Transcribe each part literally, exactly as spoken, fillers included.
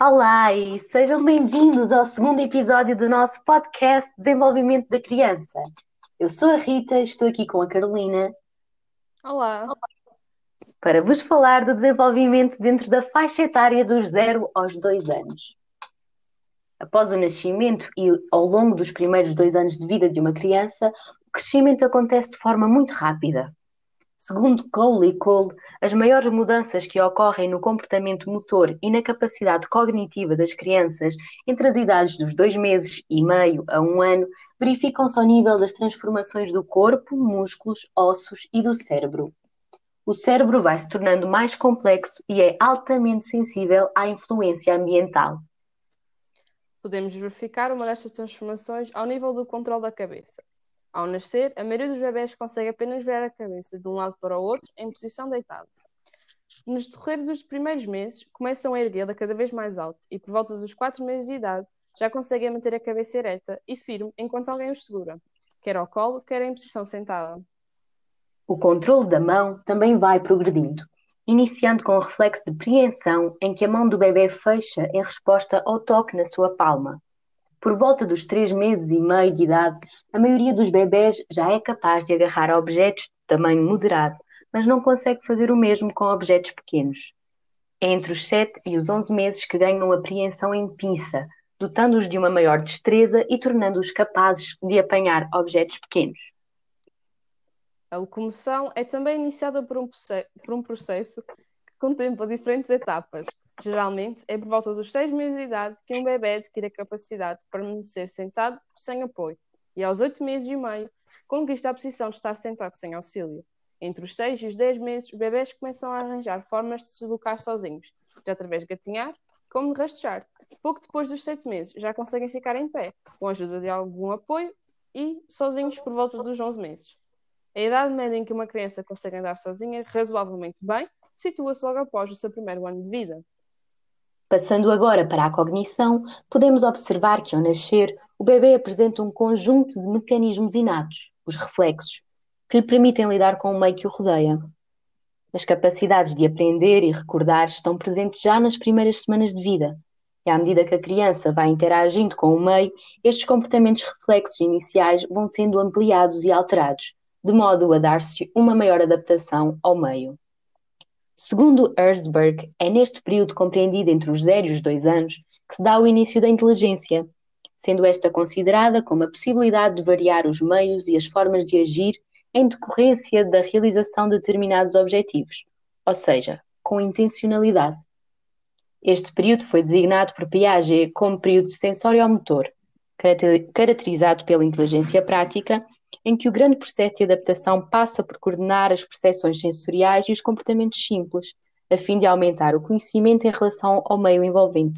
Olá e sejam bem-vindos ao segundo episódio do nosso podcast Desenvolvimento da Criança. Eu sou a Rita, estou aqui com a Carolina Olá, para vos falar do desenvolvimento dentro da faixa etária dos zero aos dois anos. Após o nascimento e ao longo dos primeiros dois anos de vida de uma criança, o crescimento acontece de forma muito rápida. Segundo Cole e Cole, as maiores mudanças que ocorrem no comportamento motor e na capacidade cognitiva das crianças entre as idades dos dois meses e meio a um ano verificam-se ao nível das transformações do corpo, músculos, ossos e do cérebro. O cérebro vai se tornando mais complexo e é altamente sensível à influência ambiental. podemos verificar uma destas transformações ao nível do controle da cabeça. Ao nascer, a maioria dos bebés consegue apenas virar a cabeça de um lado para o outro em posição deitada. Nos decorrer dos primeiros meses, começam a erguê-la cada vez mais alto e, por volta dos quatro meses de idade, já conseguem manter a cabeça ereta e firme enquanto alguém os segura, quer ao colo, quer em posição sentada. O controle da mão também vai progredindo, iniciando com o reflexo de preensão em que a mão do bebê fecha em resposta ao toque na sua palma. Por volta dos três meses e meio de idade, a maioria dos bebés já é capaz de agarrar objetos de tamanho moderado, mas não consegue fazer o mesmo com objetos pequenos. É entre os sete e os onze meses que ganham apreensão em pinça, dotando-os de uma maior destreza e tornando-os capazes de apanhar objetos pequenos. A locomoção é também iniciada por um, por um processo que contempla diferentes etapas. Geralmente, é por volta dos seis meses de idade que um bebê adquire a capacidade de permanecer sentado sem apoio e aos oito meses e meio conquista a posição de estar sentado sem auxílio. Entre os seis e os dez meses, os bebés começam a arranjar formas de se deslocar sozinhos, seja através de gatinhar, como de rastejar. Pouco depois dos sete meses, já conseguem ficar em pé, com a ajuda de algum apoio e sozinhos por volta dos onze meses. A idade média em que uma criança consegue andar sozinha razoavelmente bem situa-se logo após o seu primeiro ano de vida. Passando agora para a cognição, podemos observar que ao nascer, o bebê apresenta um conjunto de mecanismos inatos, os reflexos, que lhe permitem lidar com o meio que o rodeia. As capacidades de aprender e recordar estão presentes já nas primeiras semanas de vida, e à medida que a criança vai interagindo com o meio, estes comportamentos reflexos iniciais vão sendo ampliados e alterados, de modo a dar-se uma maior adaptação ao meio. Segundo Herzberg, é neste período compreendido entre os zero e os dois anos que se dá o início da inteligência, sendo esta considerada como a possibilidade de variar os meios e as formas de agir em decorrência da realização de determinados objetivos, ou seja, com intencionalidade. Este período foi designado por Piaget como período sensório-motor, caracterizado pela inteligência prática, em que o grande processo de adaptação passa por coordenar as percepções sensoriais e os comportamentos simples, a fim de aumentar o conhecimento em relação ao meio envolvente.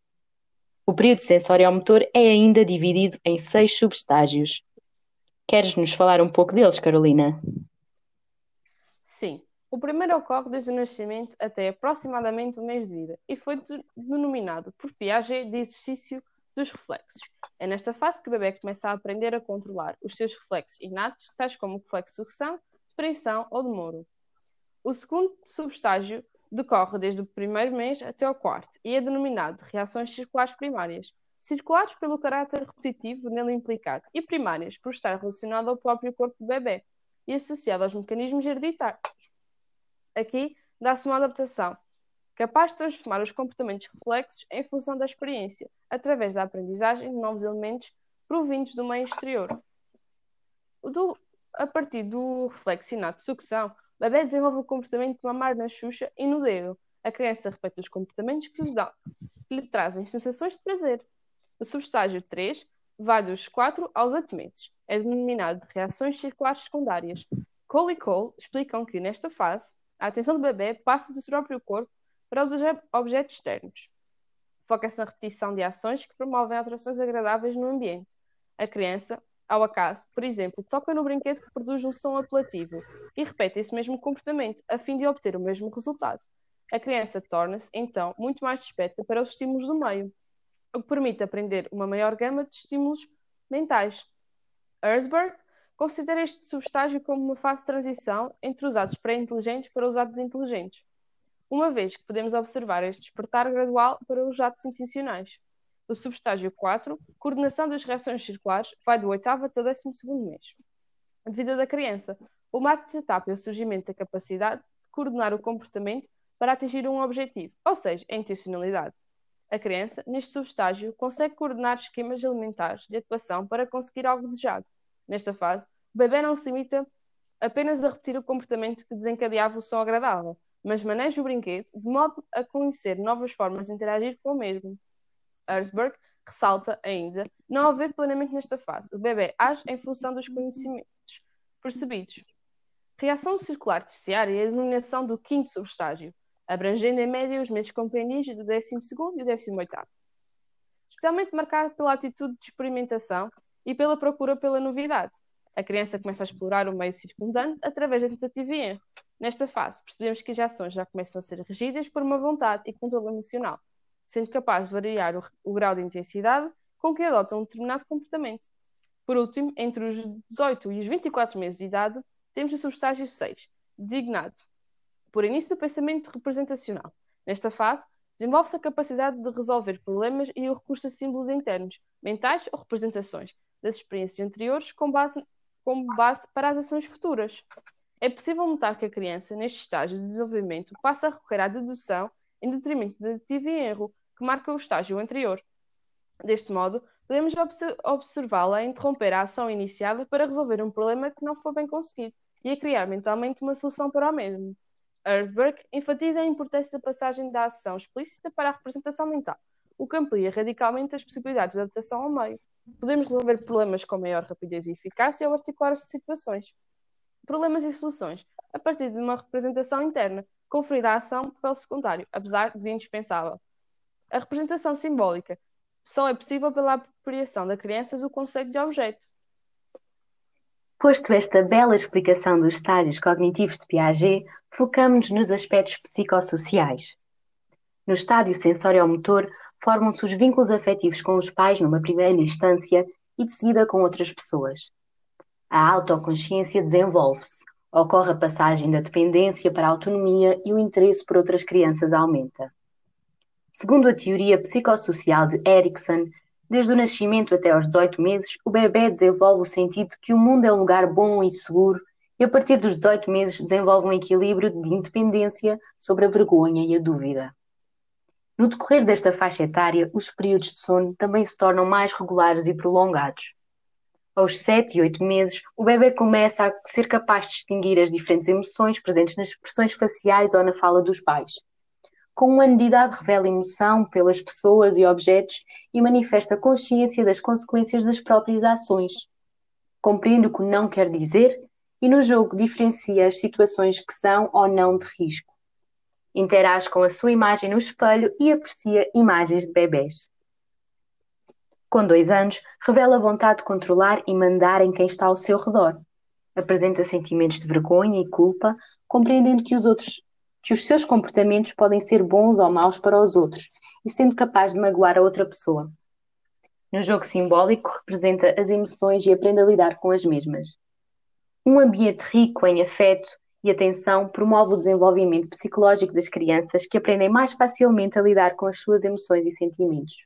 O período sensório-motor é ainda dividido em seis subestágios. Queres nos falar um pouco deles, Carolina? Sim, o primeiro ocorre desde o nascimento até aproximadamente o mês de vida e foi de- denominado por Piaget de exercício dos reflexos. É nesta fase que o bebê começa a aprender a controlar os seus reflexos inatos, tais como o reflexo de sucção, de preensão ou de Moro. O segundo subestágio decorre desde o primeiro mês até ao quarto e é denominado de reações circulares primárias. Circulares pelo caráter repetitivo nele implicado e primárias por estar relacionado ao próprio corpo do bebê e associado aos mecanismos hereditários. Aqui dá-se uma adaptação capaz de transformar os comportamentos reflexos em função da experiência, através da aprendizagem de novos elementos provindos do meio exterior. Do, a partir do reflexo inato de sucção, o bebê desenvolve o comportamento de mamar na xuxa e no dedo. A criança repete os comportamentos que lhe, dão, que lhe trazem sensações de prazer. O subestágio três vai dos quatro aos oito meses. É denominado de reações circulares secundárias. Cole e Cole explicam que, nesta fase, a atenção do bebê passa do seu próprio corpo para os objetos externos. Foca-se na repetição de ações que promovem alterações agradáveis no ambiente. A criança, ao acaso, por exemplo, toca no brinquedo que produz um som apelativo e repete esse mesmo comportamento a fim de obter o mesmo resultado. A criança torna-se, então, muito mais desperta para os estímulos do meio, o que permite aprender uma maior gama de estímulos mentais. Herzberg considera este subestágio como uma fase de transição entre os atos pré-inteligentes para os atos inteligentes. uma vez que podemos observar este despertar gradual para os atos intencionais. O subestágio quatro, coordenação das reações circulares, vai do oitavo até o décimo segundo mês. A vida da criança. O marco desta etapa é o surgimento da capacidade de coordenar o comportamento para atingir um objetivo, ou seja, a intencionalidade. A criança, neste subestágio, consegue coordenar esquemas alimentares de atuação para conseguir algo desejado. Nesta fase, o bebê não se limita apenas a repetir o comportamento que desencadeava o som agradável, mas maneja o brinquedo de modo a conhecer novas formas de interagir com o mesmo. Herzberg ressalta ainda não haver planeamento nesta fase. O bebê age em função dos conhecimentos percebidos. Reação circular terciária é a denominação do quinto subestágio, abrangendo em média os meses compreendidos do décimo segundo e do décimo oitavo. Especialmente marcado pela atitude de experimentação e pela procura pela novidade. A criança começa a explorar o meio circundante através da tentativa e erro. Nesta fase, percebemos que as ações já começam a ser regidas por uma vontade e controle emocional, sendo capaz de variar o, o grau de intensidade com que adotam um determinado comportamento. Por último, entre os dezoito e os vinte e quatro meses de idade, temos o subestágio seis, designado por início do pensamento representacional. Nesta fase, desenvolve-se a capacidade de resolver problemas e o recurso a símbolos internos, mentais ou representações, das experiências anteriores com base, com base para as ações futuras. É possível notar que a criança, neste estágio de desenvolvimento, passa a recorrer à dedução em detrimento da tentativa e erro, que marca o estágio anterior. Deste modo, podemos observá-la a interromper a ação iniciada para resolver um problema que não foi bem conseguido e a criar mentalmente uma solução para o mesmo. Herzberg enfatiza a importância da passagem da ação explícita para a representação mental, o que amplia radicalmente as possibilidades de adaptação ao meio. Podemos resolver problemas com maior rapidez e eficácia ao articular as situações. Problemas e soluções, a partir de uma representação interna, conferida à ação papel secundário, apesar de indispensável. A representação simbólica só é possível pela apropriação da criança do conceito de objeto. Posto esta bela explicação dos estágios cognitivos de Piaget, focamos-nos nos aspectos psicossociais. No estádio sensório-motor, formam-se os vínculos afetivos com os pais numa primeira instância e de seguida com outras pessoas. A autoconsciência desenvolve-se, ocorre a passagem da dependência para a autonomia e o interesse por outras crianças aumenta. Segundo a teoria psicossocial de Erikson, desde o nascimento até aos dezoito meses, o bebê desenvolve o sentido de que o mundo é um lugar bom e seguro e a partir dos dezoito meses desenvolve um equilíbrio de independência sobre a vergonha e a dúvida. No decorrer desta faixa etária, os períodos de sono também se tornam mais regulares e prolongados. Aos sete e oito meses, o bebê começa a ser capaz de distinguir as diferentes emoções presentes nas expressões faciais ou na fala dos pais. Com um ano de idade, revela emoção pelas pessoas e objetos e manifesta consciência das consequências das próprias ações. Compreende o que não quer dizer e, no jogo, diferencia as situações que são ou não de risco. Interage com a sua imagem no espelho e aprecia imagens de bebés. Com dois anos, revela vontade de controlar e mandar em quem está ao seu redor. Apresenta sentimentos de vergonha e culpa, compreendendo que os outros que os seus comportamentos podem ser bons ou maus para os outros e sendo capaz de magoar a outra pessoa. No jogo simbólico, representa as emoções e aprende a lidar com as mesmas. Um ambiente rico em afeto e atenção promove o desenvolvimento psicológico das crianças que aprendem mais facilmente a lidar com as suas emoções e sentimentos.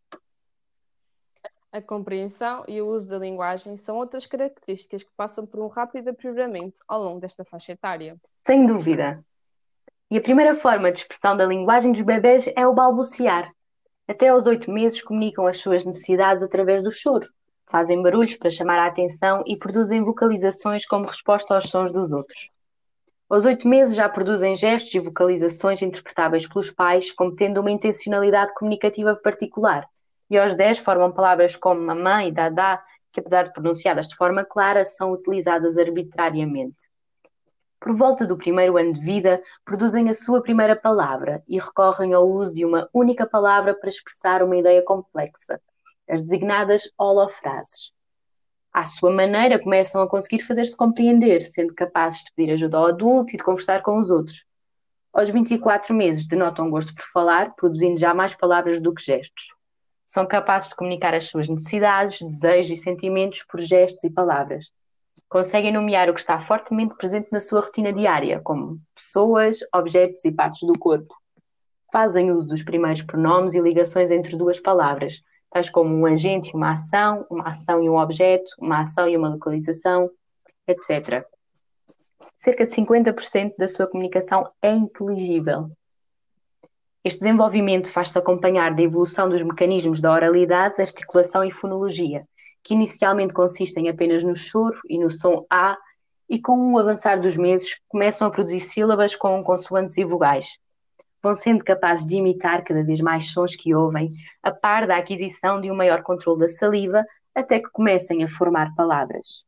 A compreensão e o uso da linguagem são outras características que passam por um rápido aprimoramento ao longo desta faixa etária. Sem dúvida. E a primeira forma de expressão da linguagem dos bebés é o balbuciar. Até aos oito meses comunicam as suas necessidades através do choro. Fazem barulhos para chamar a atenção e produzem vocalizações como resposta aos sons dos outros. Aos oito meses já produzem gestos e vocalizações interpretáveis pelos pais como tendo uma intencionalidade comunicativa particular. E aos dez formam palavras como mamãe e dadá, que apesar de pronunciadas de forma clara, são utilizadas arbitrariamente. Por volta do primeiro ano de vida, produzem a sua primeira palavra e recorrem ao uso de uma única palavra para expressar uma ideia complexa, as designadas holofrases. À sua maneira, começam a conseguir fazer-se compreender, sendo capazes de pedir ajuda ao adulto e de conversar com os outros. Aos vinte e quatro meses, denotam gosto por falar, produzindo já mais palavras do que gestos. São capazes de comunicar as suas necessidades, desejos e sentimentos por gestos e palavras. Conseguem nomear o que está fortemente presente na sua rotina diária, como pessoas, objetos e partes do corpo. Fazem uso dos primeiros pronomes e ligações entre duas palavras, tais como um agente e uma ação, uma ação e um objeto, uma ação e uma localização, etcétera. Cerca de cinquenta por cento da sua comunicação é inteligível. Este desenvolvimento faz-se acompanhar da evolução dos mecanismos da oralidade, articulação e fonologia, que inicialmente consistem apenas no choro e no som A, e com o avançar dos meses começam a produzir sílabas com consoantes e vogais. Vão sendo capazes de imitar cada vez mais sons que ouvem, a par da aquisição de um maior controle da saliva, até que comecem a formar palavras.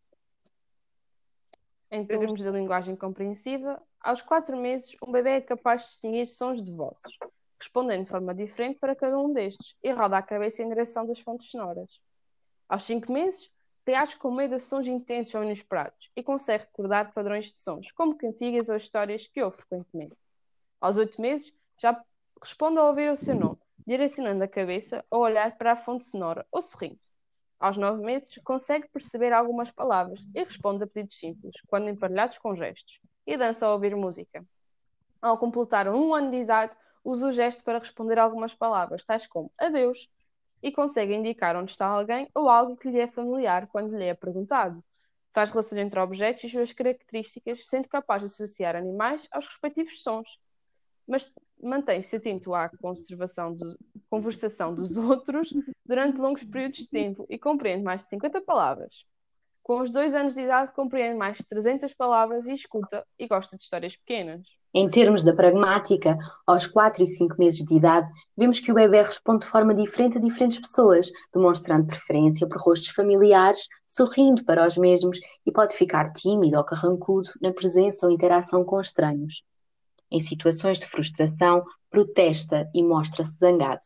Em termos de linguagem compreensiva, aos quatro meses, um bebê é capaz de distinguir sons de vozes, respondendo de forma diferente para cada um destes, e roda a cabeça em direção das fontes sonoras. Aos cinco meses, reage com medo a sons intensos ou inesperados e consegue recordar padrões de sons, como cantigas ou histórias que ouve frequentemente. Aos oito meses, já responde ao ouvir o seu nome, direcionando a cabeça ou olhar para a fonte sonora ou sorrindo. Aos nove meses, consegue perceber algumas palavras e responde a pedidos simples, quando emparelhados com gestos, e dança ao ouvir música. Ao completar um ano de idade, usa o gesto para responder a algumas palavras, tais como adeus, e consegue indicar onde está alguém ou algo que lhe é familiar quando lhe é perguntado. Faz relações entre objetos e suas características, sendo capaz de associar animais aos respectivos sons, mas mantém-se atento à conservação de conversação dos outros durante longos períodos de tempo e compreende mais de cinquenta palavras. Com os dois anos de idade, compreende mais de trezentas palavras e escuta e gosta de histórias pequenas. Em termos da pragmática, aos quatro e cinco meses de idade, vemos que o bebê responde de forma diferente a diferentes pessoas, demonstrando preferência por rostos familiares, sorrindo para os mesmos e pode ficar tímido ou carrancudo na presença ou interação com estranhos. Em situações de frustração, protesta e mostra-se zangado.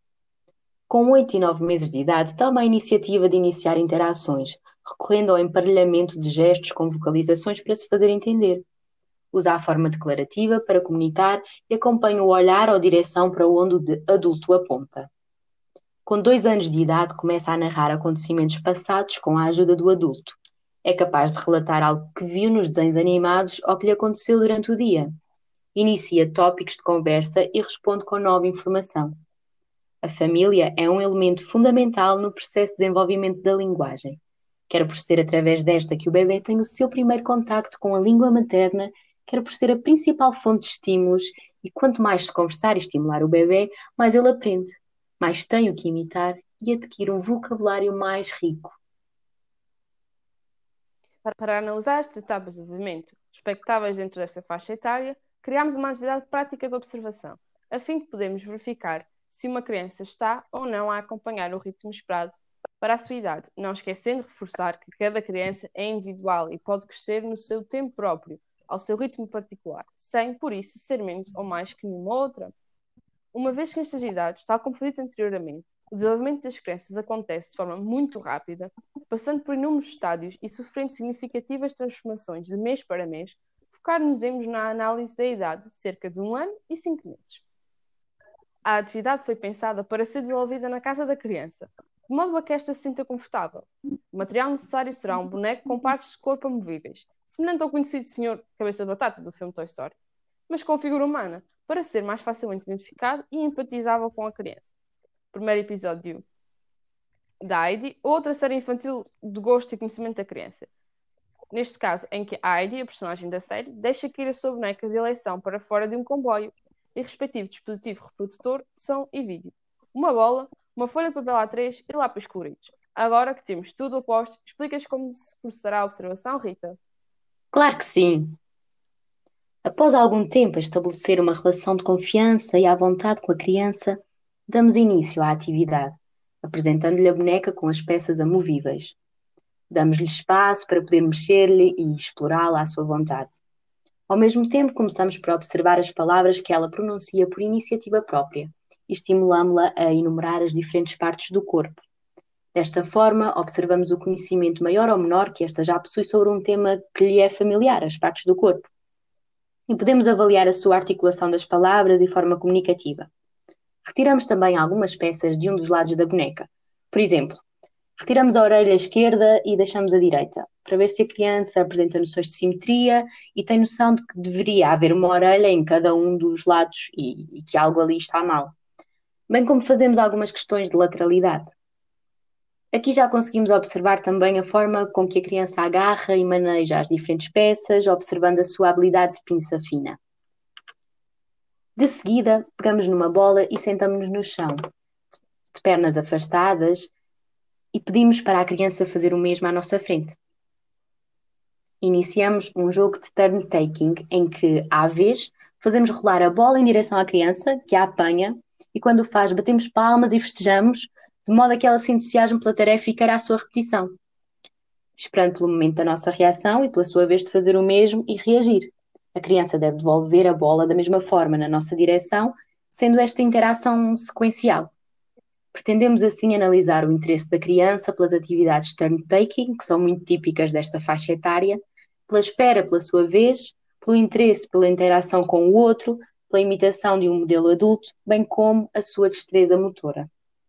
Com oito e nove meses de idade, toma a iniciativa de iniciar interações, recorrendo ao emparelhamento de gestos com vocalizações para se fazer entender. Usa a forma declarativa para comunicar e acompanha o olhar ou direção para onde o adulto aponta. Com dois anos de idade, começa a narrar acontecimentos passados com a ajuda do adulto. É capaz de relatar algo que viu nos desenhos animados ou que lhe aconteceu durante o dia. Inicia tópicos de conversa e responde com nova informação. A família é um elemento fundamental no processo de desenvolvimento da linguagem. Quer por ser através desta que o bebê tem o seu primeiro contacto com a língua materna, quer por ser a principal fonte de estímulos, e quanto mais se conversar e estimular o bebê, mais ele aprende, mais tem o que imitar e adquire um vocabulário mais rico. Para analisar as etapas de desenvolvimento expectáveis dentro desta faixa etária, criámos uma atividade prática de observação, a fim de podermos verificar se uma criança está ou não a acompanhar o ritmo esperado para a sua idade, não esquecendo de reforçar que cada criança é individual e pode crescer no seu tempo próprio, ao seu ritmo particular, sem, por isso, ser menos ou mais que nenhuma outra. Uma vez que nestas idades, tal como foi dito anteriormente, o desenvolvimento das crianças acontece de forma muito rápida, passando por inúmeros estádios e sofrendo significativas transformações de mês para mês, focar-nos-emos na análise da idade de cerca de um ano e cinco meses. A atividade foi pensada para ser desenvolvida na casa da criança, de modo a que esta se sinta confortável. O material necessário será um boneco com partes de corpo amovíveis, semelhante ao conhecido senhor Cabeça de Batata do filme Toy Story, mas com figura humana, para ser mais facilmente identificado e empatizável com a criança. Primeiro episódio da Heidi, outra série infantil de gosto e conhecimento da criança. Neste caso, em que a Heidi, a personagem da série, deixa cair a sua boneca de eleição para fora de um comboio e respectivo dispositivo reprodutor, som e vídeo. Uma bola, uma folha de papel A três e lápis coloridos. Agora que temos tudo a posto, explicas como se processará a observação, Rita? Claro que sim! Após algum tempo a estabelecer uma relação de confiança e à vontade com a criança, damos início à atividade, apresentando-lhe a boneca com as peças amovíveis. Damos-lhe espaço para poder mexer-lhe e explorá-la à sua vontade. Ao mesmo tempo, começamos por observar as palavras que ela pronuncia por iniciativa própria e estimulamos-la a enumerar as diferentes partes do corpo. Desta forma, observamos o conhecimento maior ou menor que esta já possui sobre um tema que lhe é familiar, as partes do corpo. E podemos avaliar a sua articulação das palavras e forma comunicativa. Retiramos também algumas peças de um dos lados da boneca. Por exemplo, Retiramos a orelha esquerda e deixamos a direita, para ver se a criança apresenta noções de simetria e tem noção de que deveria haver uma orelha em cada um dos lados e, e que algo ali está mal. Bem como fazemos algumas questões de lateralidade. Aqui já conseguimos observar também a forma com que a criança agarra e maneja as diferentes peças, observando a sua habilidade de pinça fina. De seguida, pegamos numa bola e sentamos-nos no chão, de pernas afastadas, e pedimos para a criança fazer o mesmo à nossa frente. Iniciamos um jogo de turn-taking, em que, à vez, fazemos rolar a bola em direção à criança, que a apanha, e quando o faz, batemos palmas e festejamos, de modo a que ela se entusiasme pela tarefa e queira a sua repetição, esperando pelo momento da nossa reação e pela sua vez de fazer o mesmo e reagir. A criança deve devolver a bola da mesma forma na nossa direção, sendo esta interação sequencial. Pretendemos assim analisar o interesse da criança pelas atividades turn-taking, que são muito típicas desta faixa etária, pela espera pela sua vez, pelo interesse pela interação com o outro, pela imitação de um modelo adulto, bem como a sua destreza motora.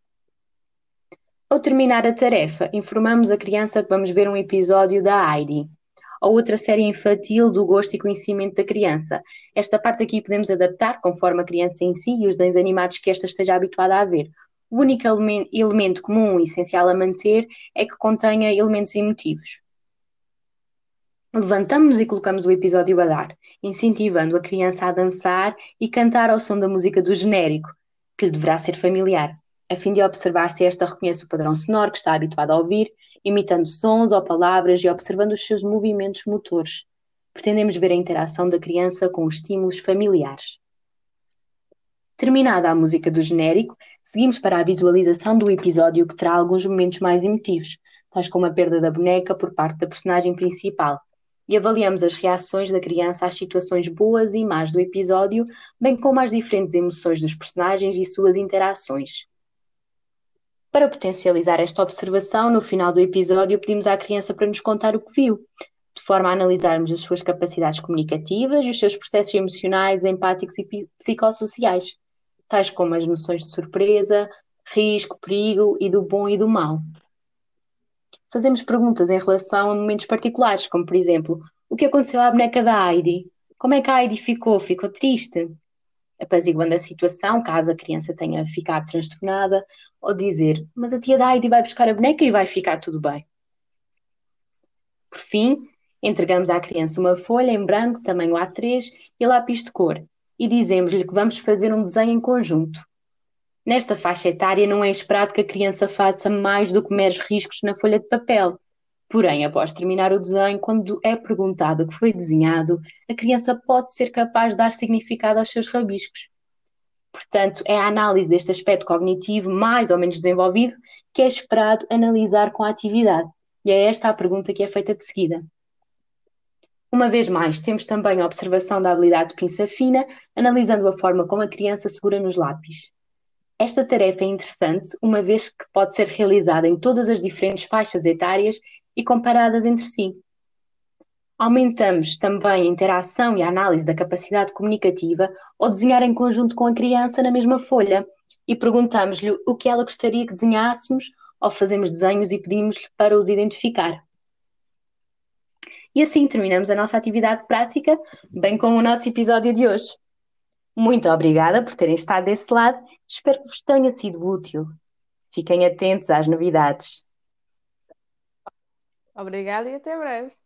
Ao terminar a tarefa, informamos a criança que vamos ver um episódio da Heidi, ou outra série infantil do gosto e conhecimento da criança. Esta parte aqui podemos adaptar conforme a criança em si e os desenhos animados que esta esteja habituada a ver. O único elemento comum e essencial a manter é que contenha elementos emotivos. Levantamos-nos e colocamos o episódio a dar, incentivando a criança a dançar e cantar ao som da música do genérico, que lhe deverá ser familiar, a fim de observar se esta reconhece o padrão sonoro que está habituada a ouvir, imitando sons ou palavras e observando os seus movimentos motores. Pretendemos ver a interação da criança com os estímulos familiares. Terminada a música do genérico, seguimos para a visualização do episódio que terá alguns momentos mais emotivos, tais como a perda da boneca por parte da personagem principal, e avaliamos as reações da criança às situações boas e más do episódio, bem como às diferentes emoções dos personagens e suas interações. Para potencializar esta observação, no final do episódio pedimos à criança para nos contar o que viu, de forma a analisarmos as suas capacidades comunicativas e os seus processos emocionais, empáticos e psicossociais, tais como as noções de surpresa, risco, perigo e do bom e do mau. Fazemos perguntas em relação a momentos particulares, como por exemplo, o que aconteceu à boneca da Heidi? Como é que a Heidi ficou? Ficou triste? Apaziguando a situação, caso a criança tenha ficado transtornada, ou dizer, mas a tia da Heidi vai buscar a boneca e vai ficar tudo bem. Por fim, entregamos à criança uma folha em branco, tamanho A três e lápis de cor, e dizemos-lhe que vamos fazer um desenho em conjunto. Nesta faixa etária não é esperado que a criança faça mais do que meros riscos na folha de papel. Porém, após terminar o desenho, quando é perguntado o que foi desenhado, a criança pode ser capaz de dar significado aos seus rabiscos. Portanto, é a análise deste aspecto cognitivo mais ou menos desenvolvido que é esperado analisar com a atividade. E é esta a pergunta que é feita de seguida. Uma vez mais, temos também a observação da habilidade de pinça fina, analisando a forma como a criança segura nos lápis. Esta tarefa é interessante, uma vez que pode ser realizada em todas as diferentes faixas etárias e comparadas entre si. Aumentamos também a interação e a análise da capacidade comunicativa ao desenhar em conjunto com a criança na mesma folha e perguntamos-lhe o que ela gostaria que desenhássemos ou fazemos desenhos e pedimos-lhe para os identificar. E assim terminamos a nossa atividade prática, bem como o nosso episódio de hoje. Muito obrigada por terem estado desse lado, espero que vos tenha sido útil. Fiquem atentos às novidades. Obrigada e até breve.